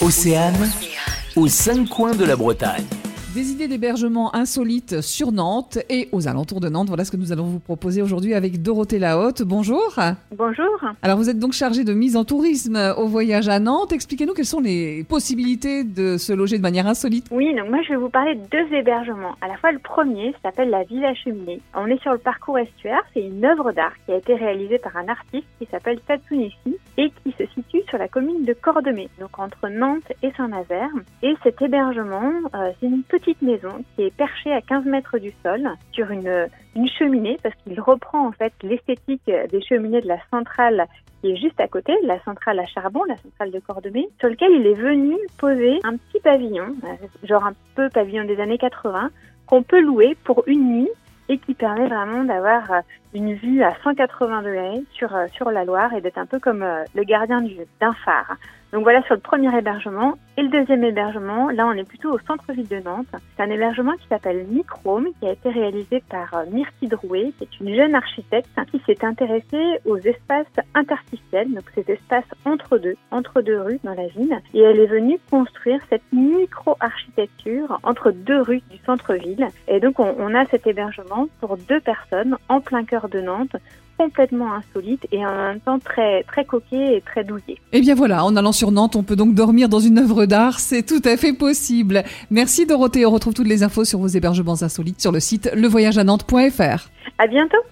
Océane, aux 5 coins de la Bretagne. Des idées d'hébergement insolites sur Nantes et aux alentours de Nantes. Voilà ce que nous allons vous proposer aujourd'hui avec Dorothée Lahaute. Bonjour. Bonjour. Alors vous êtes donc chargée de mise en tourisme au voyage à Nantes. Expliquez-nous quelles sont les possibilités de se loger de manière insolite. Oui, donc moi je vais vous parler de 2 hébergements. À la fois le premier s'appelle la Villa Cheminée. On est sur le parcours estuaire. C'est une œuvre d'art qui a été réalisée par un artiste qui s'appelle Tatsuneshi et qui se situe sur la commune de Cordemais, donc entre Nantes et Saint-Nazaire. Et cet hébergement, c'est une petite maison qui est perchée à 15 mètres du sol sur une cheminée, parce qu'il reprend en fait l'esthétique des cheminées de la centrale qui est juste à côté, la centrale à charbon, la centrale de Cordemais, sur lequel il est venu poser un petit pavillon, genre un peu pavillon des années 80, qu'on peut louer pour une nuit et qui permet vraiment d'avoir une vue à 180 degrés sur la Loire et d'être un peu comme le gardien d'un phare. Donc voilà sur le premier hébergement. Et le deuxième hébergement, là on est plutôt au centre-ville de Nantes. C'est un hébergement qui s'appelle Microme, qui a été réalisé par Myrtille Drouet, qui est une jeune architecte qui s'est intéressée aux espaces interstitiels, donc ces espaces entre deux rues dans la ville. Et elle est venue construire cette micro-architecture entre 2 rues du centre-ville. Et donc on a cet hébergement pour 2 personnes en plein cœur de Nantes, complètement insolite et en même temps très, très coquet et très douillet. Et bien voilà, en allant sur Nantes, on peut donc dormir dans une œuvre d'art, c'est tout à fait possible. Merci Dorothée, on retrouve toutes les infos sur vos hébergements insolites sur le site levoyageanantes.fr. À bientôt.